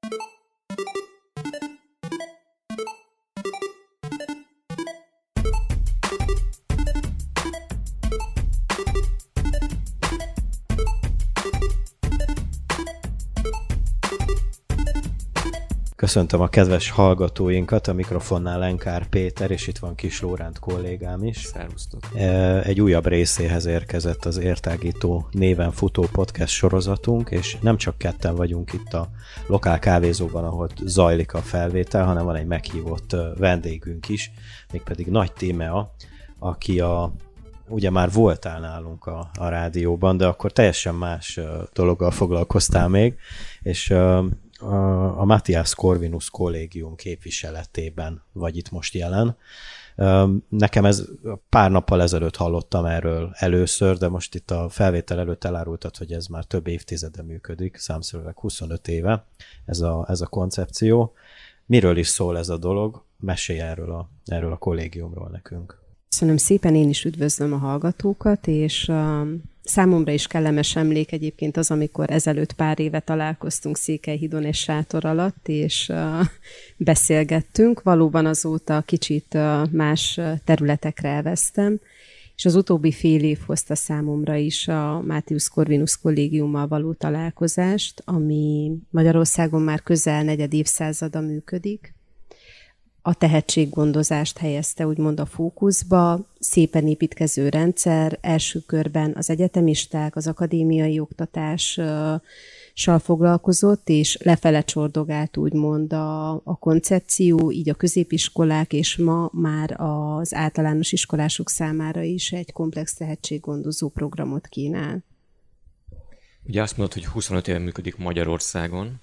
Köszöntöm a kedves hallgatóinkat, a mikrofonnál Lenkár Péter, és itt van Kis Lóránt kollégám is. Szervusztok! Egy újabb részéhez érkezett az Értágító néven futó podcast sorozatunk, és nem csak ketten vagyunk itt a lokál kávézóban, ahol zajlik a felvétel, hanem van egy meghívott vendégünk is, mégpedig Nagy Tímea, aki ugye már voltál nálunk a rádióban, de akkor teljesen más dologgal foglalkoztál még, és a Matthias Corvinus kollégium képviseletében vagy itt most jelen. Nekem ez pár nappal ezelőtt hallottam erről először, de most itt a felvétel előtt elárultad, hogy ez már több évtizede működik, számszerűleg 25 éve ez a koncepció. Miről is szól ez a dolog? Mesélj erről a kollégiumról nekünk. Köszönöm szépen, én is üdvözlöm a hallgatókat, és számomra is kellemes emlék egyébként az, amikor ezelőtt pár éve találkoztunk Székelyhídon és sátor alatt, és beszélgettünk. Valóban azóta kicsit más területekre elvesztem, és az utóbbi fél év hozta számomra is a Matthias Corvinus kollégiummal való találkozást, ami Magyarországon már közel negyed évszázada működik. A tehetséggondozást helyezte úgymond a fókuszba, szépen építkező rendszer, első körben az egyetemisták, az akadémiai oktatással foglalkozott, és lefele csordogált úgymond a koncepció, így a középiskolák, és ma már az általános iskolások számára is egy komplex tehetséggondozó programot kínál. Ugye azt mondod, hogy 25 éve működik Magyarországon.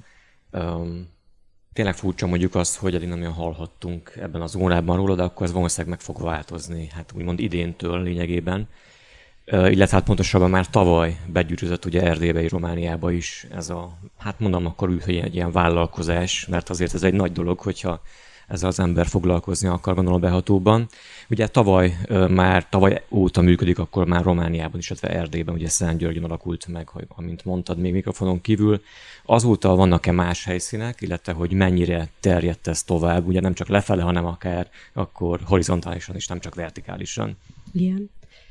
Tényleg furcsa mondjuk azt, hogy eddig nem olyan hallhattunk ebben az órában róla, de akkor ez valószínűleg meg fog változni, hát úgymond idéntől lényegében. Illetve hát pontosabban már tavaly begyűrűzött ugye Erdélybe és Romániába is ez hát mondom akkor úgy, hogy egy ilyen vállalkozás, mert azért ez egy nagy dolog, hogyha ezzel az ember foglalkozni akar, gondolom behatóban. Ugye tavaly óta működik, akkor már Romániában is, illetve Erdélyben, ugye Szentgyörgyön alakult meg, amint mondtad, még mikrofonon kívül. Azóta vannak-e más helyszínek, illetve hogy mennyire terjedt ez tovább, ugye nem csak lefele, hanem akár akkor horizontálisan is, nem csak vertikálisan. Igen.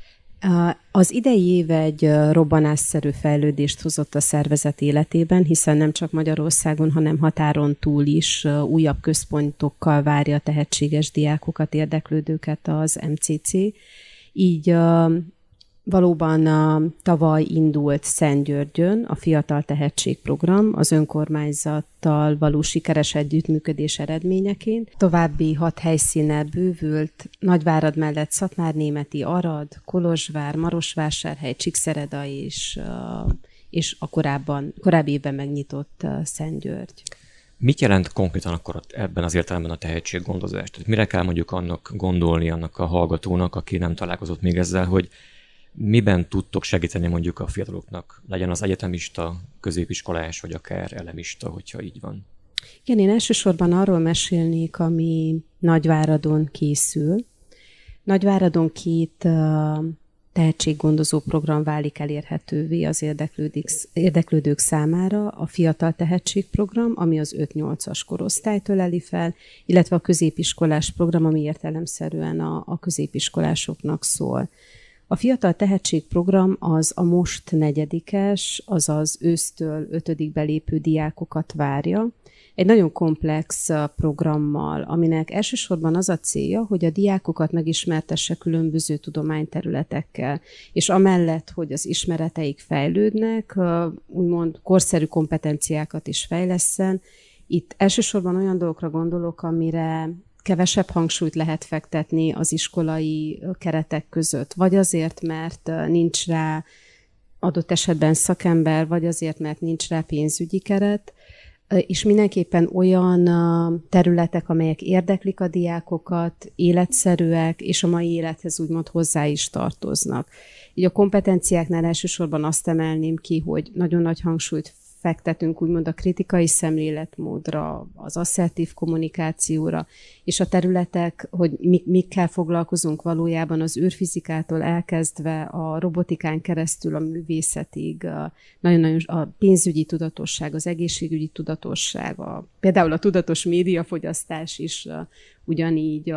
Az idei év egy robbanásszerű fejlődést hozott a szervezet életében, hiszen nem csak Magyarországon, hanem határon túl is újabb központokkal várja a tehetséges diákokat, érdeklődőket az MCC. Így valóban tavaly indult Szentgyörgyön a Fiatal Tehetségprogram az önkormányzattal való sikeres együttműködés eredményeként. További 6 helyszínnel bővült, Nagyvárad mellett Szatmárnémeti, Arad, Kolozsvár, Marosvásárhely, Csíkszereda és a korábbi évben megnyitott Szentgyörgy. Mit jelent konkrétan akkor ebben az értelemben a tehetséggondozás? Tehát mire kell mondjuk annak gondolni, annak a hallgatónak, aki nem találkozott még ezzel, hogy miben tudtok segíteni mondjuk a fiataloknak, legyen az egyetemista, középiskolás, vagy akár elemista, hogyha így van? Igen, én elsősorban arról mesélnék, ami Nagyváradon készül. Nagyváradon 2 tehetséggondozó program válik elérhetővé az érdeklődők számára. A Fiatal Tehetségprogram, ami az 5-8-as korosztályt öleli fel, illetve a középiskolás program, ami értelemszerűen a középiskolásoknak szól. A Fiatal Tehetségprogram az a most 4. azaz ősztől 5. belépő diákokat várja. Egy nagyon komplex programmal, aminek elsősorban az a célja, hogy a diákokat megismertesse különböző tudományterületekkel, és amellett, hogy az ismereteik fejlődnek, úgymond korszerű kompetenciákat is fejlesszen. Itt elsősorban olyan dolgokra gondolok, amire kevesebb hangsúlyt lehet fektetni az iskolai keretek között, vagy azért, mert nincs rá adott esetben szakember, vagy azért, mert nincs rá pénzügyi keret, és mindenképpen olyan területek, amelyek érdeklik a diákokat, életszerűek, és a mai élethez úgymond hozzá is tartoznak. Így a kompetenciáknál elsősorban azt emelném ki, hogy nagyon nagy hangsúlyt fektetünk úgymond a kritikai szemléletmódra, az asszertív kommunikációra, és a területek, hogy mikkel foglalkozunk valójában az űrfizikától elkezdve a robotikán keresztül a művészetig, nagyon-nagyon a pénzügyi tudatosság, az egészségügyi tudatosság, például a tudatos médiafogyasztás is ugyanígy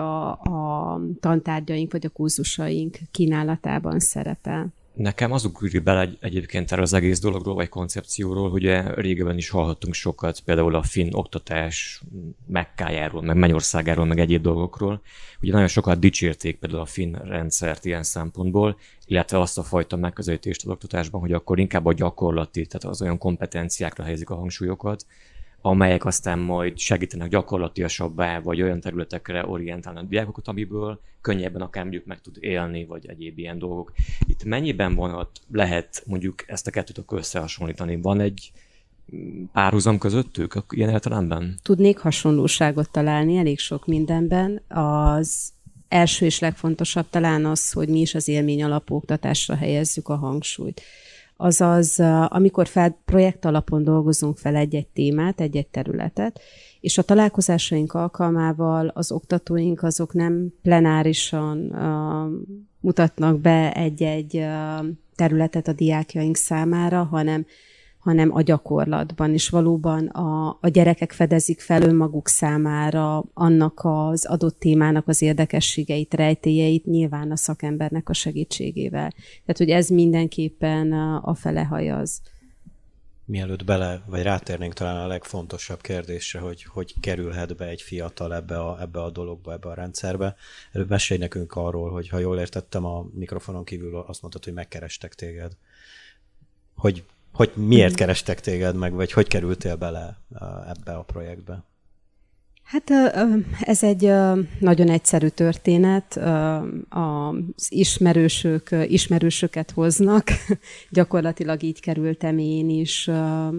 a tantárgyaink vagy a kurzusaink kínálatában szerepel. Nekem az ugrik bele egyébként erről az egész dologról, vagy koncepcióról, hogy régebben is hallhattunk sokat, például a finn oktatás Mekkájáról, meg Mennyországáról, meg egyéb dolgokról. Ugye nagyon sokat dicsérték például a finn rendszert ilyen szempontból, illetve azt a fajta megközelítést az oktatásban, hogy akkor inkább a gyakorlati, tehát az olyan kompetenciákra helyezik a hangsúlyokat, amelyek aztán majd segítenek gyakorlatiasabbá, vagy olyan területekre orientálni a diákokat, amiből könnyebben akár mondjuk meg tud élni, vagy egyéb ilyen dolgok. Itt mennyiben lehet mondjuk ezt a kettőt összehasonlítani? Van egy párhuzam közöttük ilyen értelemben? Tudnék hasonlóságot találni elég sok mindenben. Az első és legfontosabb talán az, hogy mi is az élmény alapú oktatásra helyezzük a hangsúlyt. Azaz, amikor projekt alapon dolgozunk fel egy-egy témát, egy-egy területet, és a találkozásaink alkalmával az oktatóink azok nem plenárisan mutatnak be egy-egy területet a diákjaink számára, hanem a gyakorlatban, és valóban a gyerekek fedezik fel önmaguk számára annak az adott témának az érdekességeit, rejtélyeit, nyilván a szakembernek a segítségével. Tehát, hogy ez mindenképpen a fele hajaz. Mielőtt vagy rátérnénk talán a legfontosabb kérdésre, hogy kerülhet be egy fiatal ebbe a dologba, ebbe a rendszerbe. Előbb mesélj nekünk arról, hogy ha jól értettem a mikrofonon kívül, azt mondtad, hogy megkerestek téged. Hogy miért kerestek téged meg, vagy hogy kerültél bele ebbe a projektbe? Hát ez egy nagyon egyszerű történet. Az ismerősöket hoznak. Gyakorlatilag így kerültem én is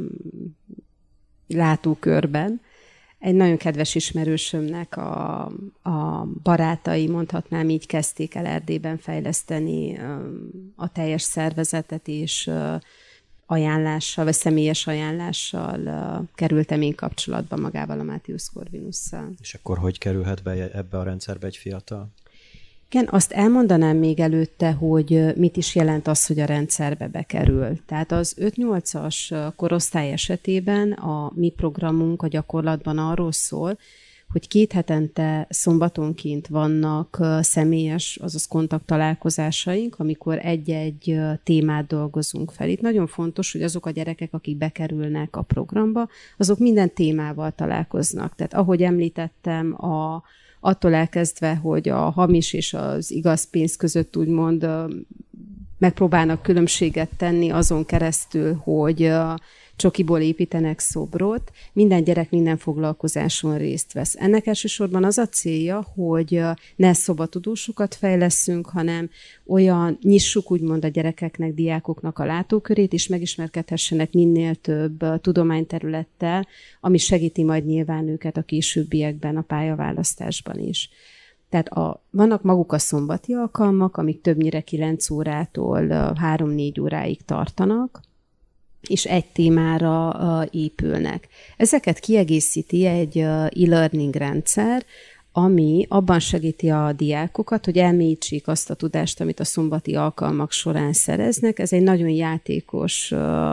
látókörben. Egy nagyon kedves ismerősömnek a barátai, mondhatnám így, kezdték el Erdélyben fejleszteni a teljes szervezetet, és ajánlással, vagy személyes ajánlással kerültem én kapcsolatba magával a Matthias Corvinusszal. És akkor hogy kerülhet be ebbe a rendszerbe egy fiatal? Igen, azt elmondanám még előtte, hogy mit is jelent az, hogy a rendszerbe bekerül. Tehát az 5-8-as korosztály esetében a mi programunk a gyakorlatban arról szól, hogy 2 hetente szombatonként vannak személyes, azaz kontakttalálkozásaink, amikor egy-egy témát dolgozunk fel. Itt nagyon fontos, hogy azok a gyerekek, akik bekerülnek a programba, azok minden témával találkoznak. Tehát ahogy említettem, attól elkezdve, hogy a hamis és az igaz pénz között úgymond megpróbálnak különbséget tenni azon keresztül, hogy csokiból építenek szobrot, minden gyerek minden foglalkozáson részt vesz. Ennek elsősorban az a célja, hogy ne szobatudósokat fejleszünk, hanem olyan nyissuk úgymond a gyerekeknek, diákoknak a látókörét, és megismerkedhessenek minél több tudományterülettel, ami segíti majd nyilván őket a későbbiekben, a pályaválasztásban is. Tehát vannak maguk a szombati alkalmak, amik többnyire 9 órától 3-4 óráig tartanak, és egy témára épülnek. Ezeket kiegészíti egy e-learning rendszer, ami abban segíti a diákokat, hogy elmélyítsék azt a tudást, amit a szombati alkalmak során szereznek. Ez egy nagyon játékos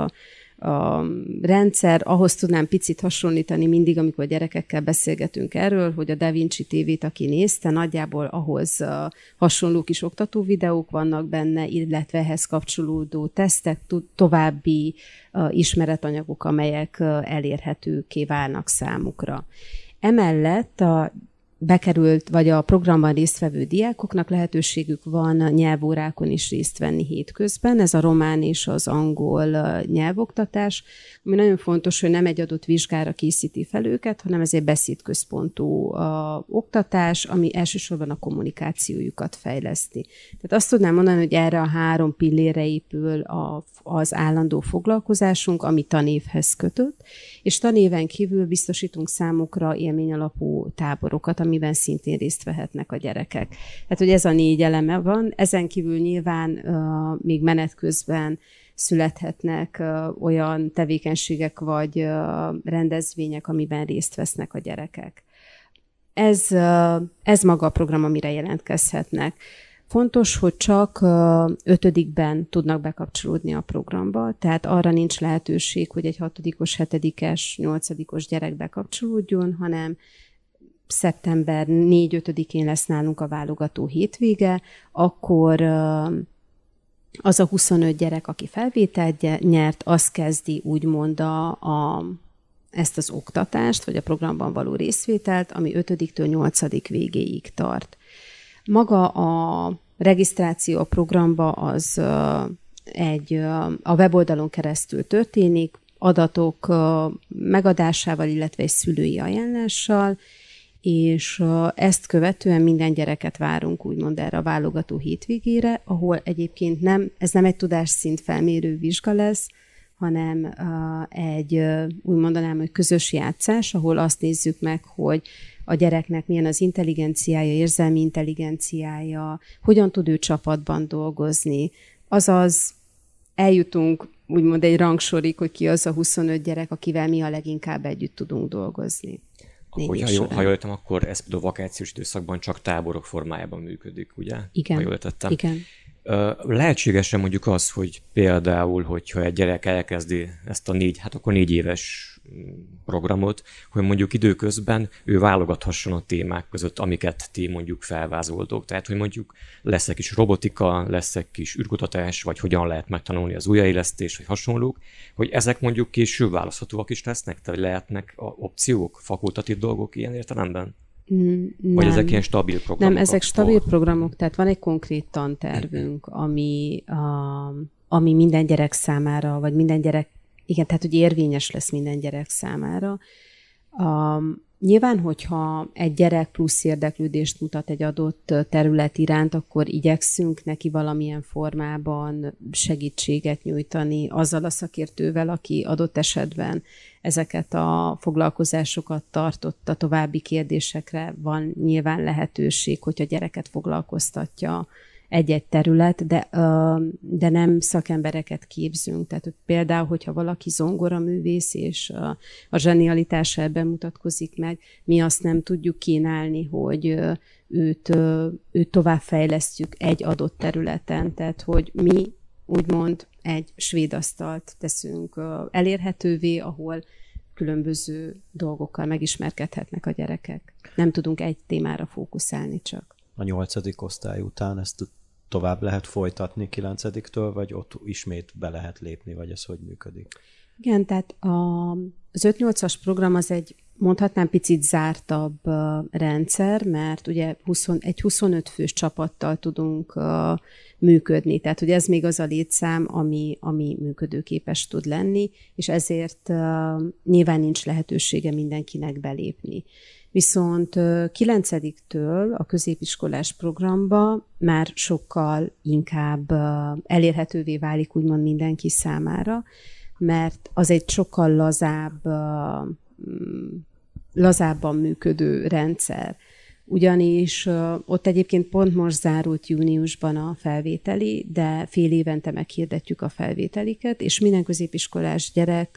rendszer, ahhoz tudnám picit hasonlítani mindig, amikor gyerekekkel beszélgetünk erről, hogy a Da Vinci TV-t, aki nézte, nagyjából ahhoz hasonló kis oktató videók vannak benne, illetve ehhez kapcsolódó tesztek, további ismeretanyagok, amelyek elérhetőké válnak számukra. Emellett bekerült, vagy a programban résztvevő diákoknak lehetőségük van nyelvórákon is részt venni hétközben. Ez a román és az angol nyelvoktatás, ami nagyon fontos, hogy nem egy adott vizsgára készíti fel őket, hanem ez egy beszédközpontú oktatás, ami elsősorban a kommunikációjukat fejleszti. Tehát azt tudnám mondani, hogy erre a 3 pillére épül az állandó foglalkozásunk, ami tanévhez kötött, és tanéven kívül biztosítunk számukra élményalapú táborokat, amiben szintén részt vehetnek a gyerekek. Tehát, hogy ez a 4 eleme van, ezen kívül nyilván még menet közben születhetnek olyan tevékenységek vagy rendezvények, amiben részt vesznek a gyerekek. Ez maga a program, amire jelentkezhetnek. Fontos, hogy csak 5-ben tudnak bekapcsolódni a programba, tehát arra nincs lehetőség, hogy egy 6-os, 7-es, 8-os gyerek bekapcsolódjon, hanem szeptember 4-5-én lesz nálunk a válogató hétvége, akkor az a 25 gyerek, aki felvételt nyert, az kezdi úgymond ezt az oktatást, vagy a programban való részvételt, ami 5-től 8. végéig tart. Maga a regisztráció a programba az a weboldalon keresztül történik, adatok megadásával, illetve egy szülői ajánlással, és ezt követően minden gyereket várunk úgymond erre a válogató hétvégére, ahol egyébként ez nem egy tudásszint felmérő vizsga lesz, hanem úgy mondanám, hogy közös játszás, ahol azt nézzük meg, hogy a gyereknek milyen az intelligenciája, érzelmi intelligenciája, hogyan tud ő csapatban dolgozni. Azaz eljutunk úgymond egy rangsorig, hogy ki az a 25 gyerek, akivel mi a leginkább együtt tudunk dolgozni. Ha jól értem, akkor ez például a vakációs időszakban csak táborok formájában működik, ugye? Igen. Ha jól értettem. Igen. Lehetséges-e mondjuk az, hogy például, hogyha egy gyerek elkezdi ezt a 4 éves programot, hogy mondjuk időközben ő válogathasson a témák között, amiket ti mondjuk felvázoltok. Tehát, hogy mondjuk lesz egy kis robotika, lesz egy kis űrkutatás, vagy hogyan lehet megtanulni az újjáélesztés, vagy hasonlók, hogy ezek mondjuk később választhatóak is lesznek, tehát lehetnek opciók, fakultatív dolgok ilyen értelemben? Nem. Vagy ezek ilyen stabil programok? Nem, ezek stabil programok, tehát van egy konkrét tantervünk, ami minden gyerek számára, vagy minden gyerek, igen, tehát hogy érvényes lesz minden gyerek számára. Nyilván, hogyha egy gyerek plusz érdeklődést mutat egy adott terület iránt, akkor igyekszünk neki valamilyen formában segítséget nyújtani azzal a szakértővel, aki adott esetben ezeket a foglalkozásokat tartott, a további kérdésekre van nyilván lehetőség, hogyha gyereket foglalkoztatja egy-egy terület, de nem szakembereket képzünk. Tehát hogy például, hogyha valaki zongoraművész, és a zsenialitása ebben mutatkozik meg, mi azt nem tudjuk kínálni, hogy őt továbbfejlesztjük egy adott területen. Tehát, hogy mi úgymond egy svéd asztalt teszünk elérhetővé, ahol különböző dolgokkal megismerkedhetnek a gyerekek. Nem tudunk egy témára fókuszálni csak. A 8. osztály után ezt tovább lehet folytatni 9-től, vagy ott ismét be lehet lépni, vagy ez hogy működik? Igen, tehát az 5-8-as program az egy, mondhatnám, picit zártabb rendszer, mert ugye egy 25 fős csapattal tudunk működni, tehát ugye ez még az a létszám, ami működőképes tud lenni, és ezért nyilván nincs lehetősége mindenkinek belépni. Viszont 9-től a középiskolás programba már sokkal inkább elérhetővé válik úgymond mindenki számára, mert az egy sokkal lazábban működő rendszer. Ugyanis ott egyébként pont most zárult júniusban a felvételi, de fél évente meghirdetjük a felvételiket, és minden középiskolás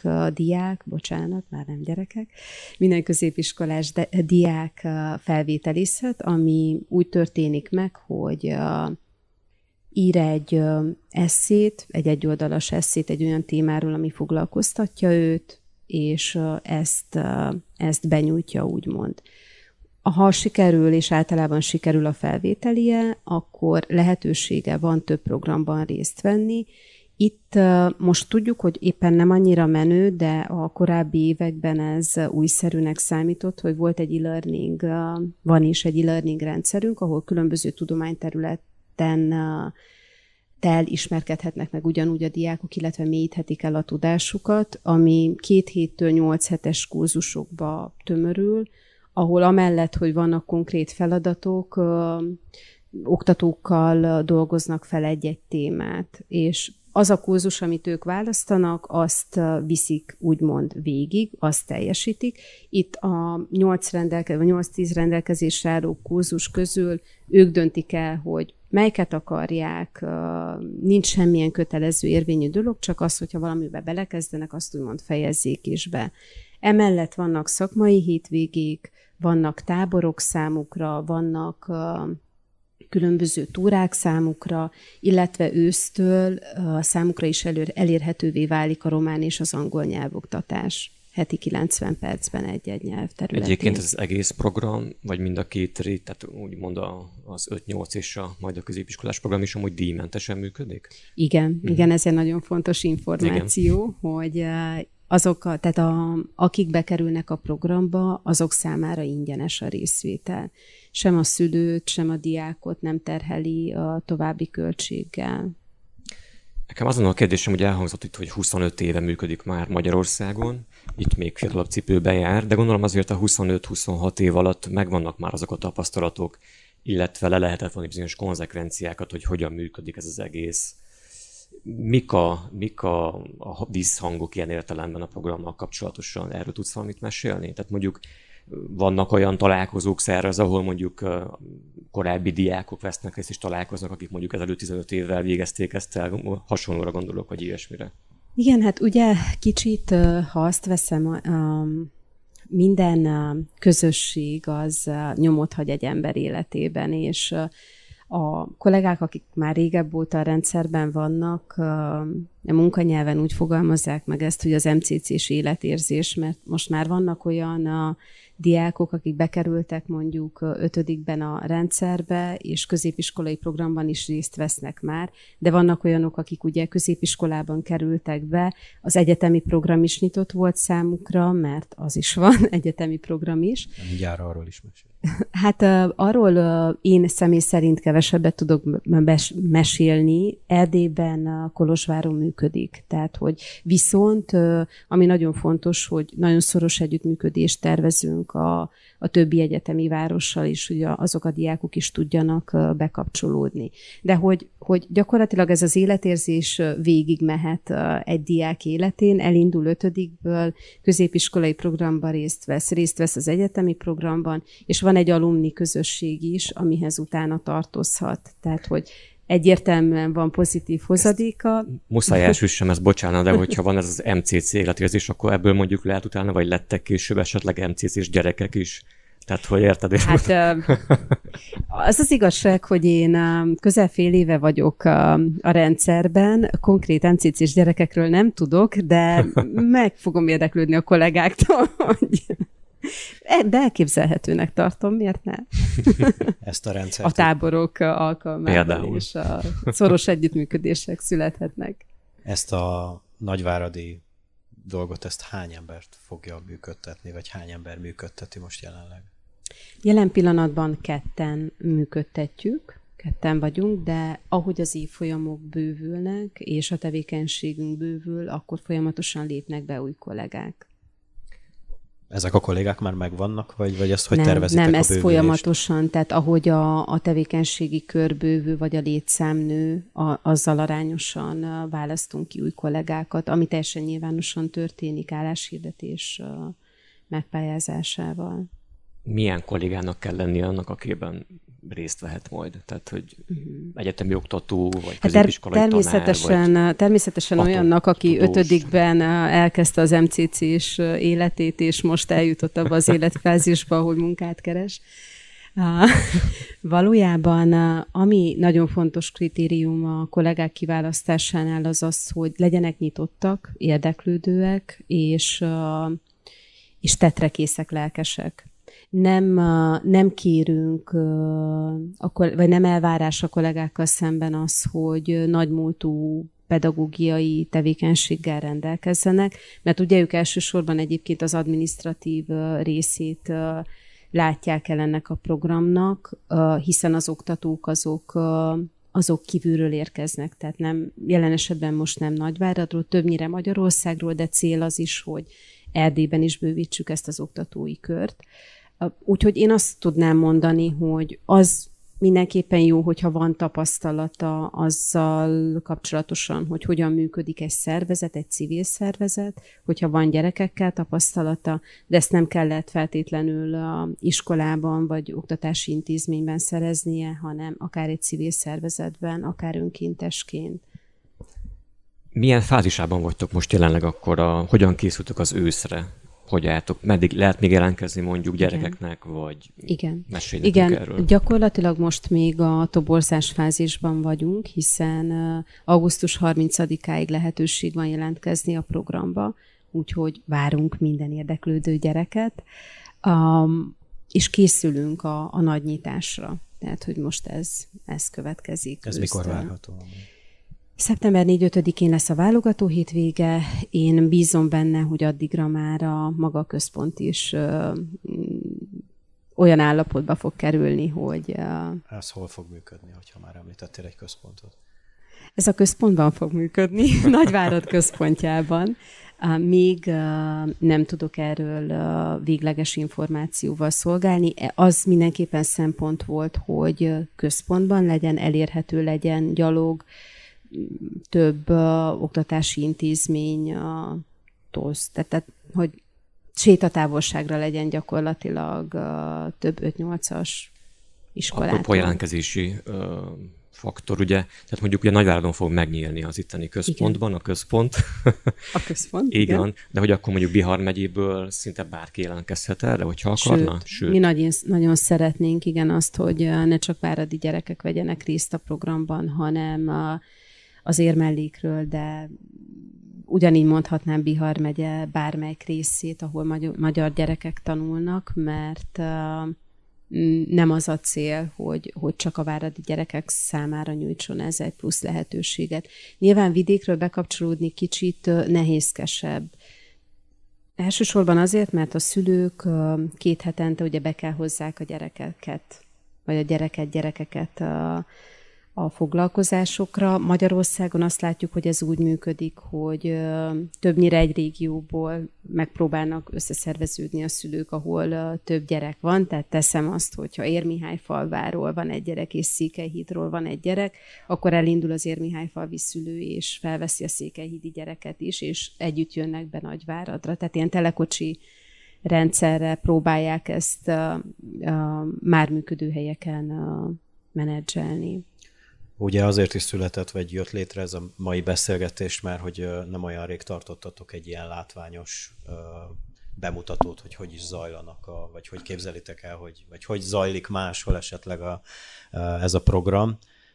minden középiskolás diák felvételizhet, ami úgy történik meg, hogy ír egy esszét, egy egyoldalas esszét egy olyan témáról, ami foglalkoztatja őt, és ezt benyújtja, úgymond. Ha sikerül, és általában sikerül a felvételie, akkor lehetősége van több programban részt venni. Itt most tudjuk, hogy éppen nem annyira menő, de a korábbi években ez újszerűnek számított, hogy volt egy e-learning, van is egy e-learning rendszerünk, ahol különböző tudományterületen ismerkedhetnek meg ugyanúgy a diákok, illetve mélyíthetik el a tudásukat, ami 2 héttől 8 hetes kurzusokba tömörül, ahol amellett, hogy vannak konkrét feladatok, oktatókkal dolgoznak fel egy-egy témát, és az a kurzus, amit ők választanak, azt viszik úgymond végig, azt teljesítik. Itt a 8-10 rendelkezésre álló kurzus közül ők döntik el, hogy melyiket akarják, nincs semmilyen kötelező érvényű dolog, csak az, hogyha valamibe belekezdenek, azt úgymond fejezzék is be. Emellett vannak szakmai hétvégék, vannak táborok számukra, vannak különböző túrák számukra, illetve ősztől számukra is elérhetővé válik a román és az angol nyelvoktatás. Heti 90 percben egy-egy nyelvterületén. Egyébként ez az egész program, vagy mind a két rét, tehát úgymond az 5-8 és majd a középiskolás program is amúgy díjmentesen működik? Igen, igen, ez egy nagyon fontos információ, igen. Hogy akik bekerülnek a programba, azok számára ingyenes a részvétel. Sem a szülőt, sem a diákot nem terheli a további költséggel. Nekem azon a kérdésem, hogy elhangzott itt, hogy 25 éve működik már Magyarországon, itt még fiatalabb cipőben jár, de gondolom azért a 25-26 év alatt megvannak már azok a tapasztalatok, illetve le lehetett vonni bizonyos konzekvenciákat, hogy hogyan működik ez az egész. Mik a visszhangok ilyen értelemben a programmal kapcsolatosan? Erről tudsz valamit mesélni? Tehát mondjuk vannak olyan találkozók szervez, ahol mondjuk korábbi diákok vesznek részt és találkoznak, akik mondjuk ezelőtt 15 évvel végezték ezt el, hasonlóra gondolok, vagy ilyesmire. Igen, hát ugye kicsit, ha azt veszem, minden közösség az nyomot hagy egy ember életében, és a kollégák, akik már régebb óta a rendszerben vannak, a munkanyelven úgy fogalmazzák meg ezt, hogy az MCC-s életérzés, mert most már vannak olyan diákok, akik bekerültek mondjuk 5-ben a rendszerbe, és középiskolai programban is részt vesznek már, de vannak olyanok, akik ugye középiskolában kerültek be, az egyetemi program is nyitott volt számukra, mert az is van, egyetemi program is. Mindjárt arról is mesél. Hát arról én személy szerint kevesebbet tudok mesélni. Erdélyben Kolozsváron működik. Tehát, hogy viszont, ami nagyon fontos, hogy nagyon szoros együttműködést tervezünk a többi egyetemi várossal is, hogy azok a diákok is tudjanak bekapcsolódni. De hogy gyakorlatilag ez az életérzés végig mehet egy diák életén, elindul 5-ből, középiskolai programban részt vesz az egyetemi programban, és van egy alumni közösség is, amihez utána tartozhat. Tehát, hogy egyértelműen van pozitív hozadéka. Muszáj elsüssem ezt, bocsánat, de hogyha van ez az MCC életérzés, akkor ebből mondjuk lehet utána, vagy lettek később esetleg MCC-s gyerekek is. Tehát, hogy érted? Hát az az igazság, hogy én közel fél éve vagyok a rendszerben, konkrét MCC-s gyerekekről nem tudok, de meg fogom érdeklődni a kollégáktól, hogy... De elképzelhetőnek tartom, miért ne? Ezt a rendszert. A táborok alkalmával és a szoros együttműködések születhetnek. Ezt a nagyváradi dolgot, ezt hány embert fogja működtetni, vagy hány ember működteti most jelenleg? Jelen pillanatban 2 működtetjük, 2 vagyunk, de ahogy az évfolyamok bővülnek, és a tevékenységünk bővül, akkor folyamatosan lépnek be új kollégák. Ezek a kollégák már megvannak, vagy ezt hogy tervezitek a bővülést? Nem, ez folyamatosan, tehát ahogy a tevékenységi kör bővül, vagy a létszám nő, azzal arányosan választunk ki új kollégákat, ami teljesen nyilvánosan történik álláshirdetés megpályázásával. Milyen kollégának kell lennie annak, akiben részt vehet majd? Tehát, hogy egyetemi oktató, vagy középiskolai tanár, természetesen olyannak, aki 5-ben elkezdte az MCC-s életét, és most eljutott abba az életfázisba, ahol munkát keres. Valójában, ami nagyon fontos kritérium a kollégák kiválasztásánál az az, hogy legyenek nyitottak, érdeklődőek, és tetrekészek, lelkesek. Nem kérünk, vagy nem elvárás a kollégákkal szemben az, hogy nagymúltú pedagógiai tevékenységgel rendelkezzenek, mert ugye ők elsősorban egyébként az adminisztratív részét látják el ennek a programnak, hiszen az oktatók azok kívülről érkeznek, tehát jelen esetben most nem Nagyváradról, többnyire Magyarországról, de cél az is, hogy Erdélyben is bővítsük ezt az oktatói kört. Úgyhogy én azt tudnám mondani, hogy az mindenképpen jó, hogyha van tapasztalata azzal kapcsolatosan, hogy hogyan működik egy szervezet, egy civil szervezet, hogyha van gyerekekkel tapasztalata, de ezt nem kellett feltétlenül a iskolában vagy oktatási intézményben szereznie, hanem akár egy civil szervezetben, akár önkéntesként. Milyen fázisában vagytok most jelenleg akkor, hogyan készültök az őszre? Hogy álltok? Meddig lehet még jelentkezni mondjuk gyerekeknek, vagy mesélj nekünk erről? Gyakorlatilag most még a toborzás fázisban vagyunk, hiszen augusztus 30-áig lehetőség van jelentkezni a programba, úgyhogy várunk minden érdeklődő gyereket, és készülünk a nagy nyitásra. Tehát, hogy most ez következik. Ez mikor várható? Szeptember 4-5-én lesz a válogató hétvége. Én bízom benne, hogy addigra már a maga központ is olyan állapotba fog kerülni, hogy... Ez hol fog működni, hogyha már említettél egy központot? Ez a központban fog működni, Nagyvárad központjában. Még nem tudok erről végleges információval szolgálni. Az mindenképpen szempont volt, hogy központban legyen, elérhető legyen gyalog, több oktatási intézmény, tehát hogy sétatávolságra legyen gyakorlatilag több 5-8-as iskolától. Apropó jelentkezési faktor, ugye, tehát mondjuk ugye Nagyváradon fog megnyílni az itteni központban, igen. A központ. A központ, igen. De hogy akkor mondjuk Bihar megyéből szinte bárki jelentkezhet erre, hogyha akarna? Sőt. Mi nagyon szeretnénk, igen, azt, hogy ne csak váradi gyerekek vegyenek részt a programban, hanem az érmellékről, de ugyanígy mondhatnám Bihar megye bármelyik részét, ahol magyar gyerekek tanulnak, mert nem az a cél, hogy csak a váradi gyerekek számára nyújtson ez egy plusz lehetőséget. Nyilván vidékről bekapcsolódni kicsit nehézkesebb. Elsősorban azért, mert a szülők 2 hetente ugye be kell hozzák a gyerekeket, vagy a gyerekeket a foglalkozásokra. Magyarországon azt látjuk, hogy ez úgy működik, hogy többnyire egy régióból megpróbálnak összeszerveződni a szülők, ahol több gyerek van. Tehát teszem azt, hogyha Érmihályfalváról van egy gyerek, és Székelyhídról van egy gyerek, akkor elindul az érmihályfalvi szülő, és felveszi a székelyhídi gyereket is, és együtt jönnek be Nagyváradra. Tehát ilyen telekocsi rendszerre próbálják ezt már működő helyeken menedzselni. Ugye azért is született, vagy jött létre ez a mai beszélgetés már, hogy nem olyan rég tartottatok egy ilyen látványos bemutatót, hogy is zajlanak, vagy hogy képzelitek el, vagy hogy zajlik máshol esetleg ez a program.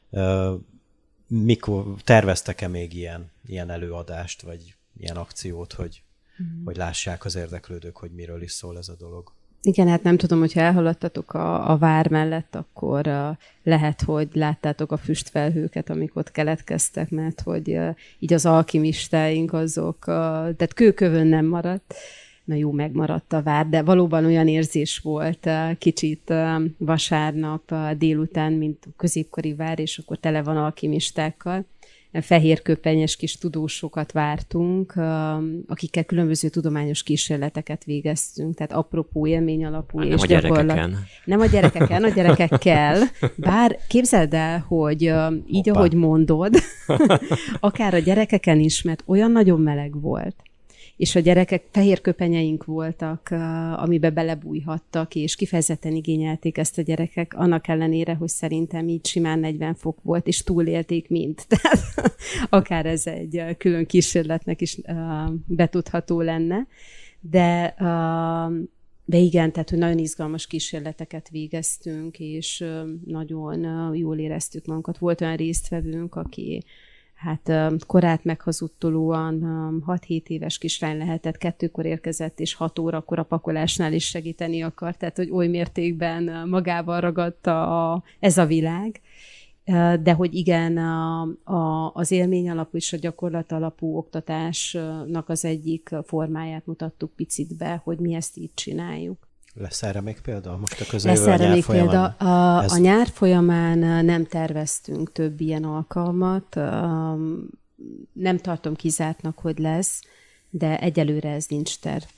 Mikor terveztek-e még ilyen előadást, vagy ilyen akciót, hogy lássák az érdeklődők, hogy miről is szól ez a dolog? Igen, hát nem tudom, hogyha elhaladtatok a vár mellett, akkor lehet, hogy láttátok a füstfelhőket, amik ott keletkeztek, mert hogy így az alkimistáink azok, tehát kőkövön nem maradt. Na jó, megmaradt a vár, de valóban olyan érzés volt kicsit vasárnap délután, mint középkori vár, és akkor tele van alkimistákkal. Fehérköpenyes kis tudósokat vártunk, akikkel különböző tudományos kísérleteket végeztünk, tehát apropó élmény alapú és gyakorlat. Nem a gyerekeken, a gyerekekkel. Bár képzeld el, hogy így, ahogy mondod, akár a gyerekeken is, mert olyan nagyon meleg volt, és a gyerekek fehér köpenyeink voltak, amibe belebújhattak, és kifejezetten igényelték ezt a gyerekek, annak ellenére, hogy szerintem így simán 40 fok volt, és túlélték mind. Tehát akár ez egy külön kísérletnek is betudható lenne. De igen, tehát hogy nagyon izgalmas kísérleteket végeztünk, és nagyon jól éreztük magunkat. Volt olyan résztvevőnk, aki korát meghazudtolóan 6-7 éves kislány lehetett, 2-kor érkezett, és 6 órakor a pakolásnál is segíteni akart, tehát hogy oly mértékben magával ragadta ez a világ. De hogy igen, az élmény alapú és a gyakorlat alapú oktatásnak az egyik formáját mutattuk picit be, hogy mi ezt így csináljuk. Lesz erre még példa? Most a közeljövő a nyár folyamán? A nyár folyamán nem terveztünk több ilyen alkalmat. Nem tartom kizártnak, hogy lesz, de egyelőre ez nincs tervben.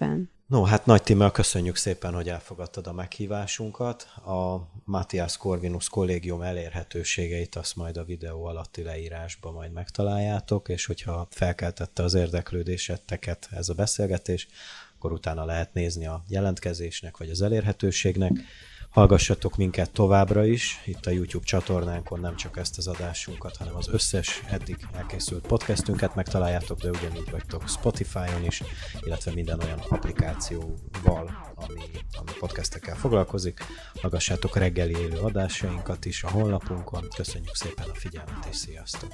No, hát Nagy Tímea, köszönjük szépen, hogy elfogadtad a meghívásunkat. A Matthias Corvinus kollégium elérhetőségeit azt majd a videó alatti leírásban majd megtaláljátok, és hogyha felkeltette az érdeklődéseteket ez a beszélgetés, akkor utána lehet nézni a jelentkezésnek vagy az elérhetőségnek. Hallgassatok minket továbbra is, itt a YouTube csatornánkon nem csak ezt az adásunkat, hanem az összes eddig elkészült podcastünket megtaláljátok, de ugyanígy vagytok Spotify-on is, illetve minden olyan applikációval, ami podcastekkel foglalkozik. Hallgassátok reggeli élő adásainkat is a honlapunkon. Köszönjük szépen a figyelmet, és sziasztok!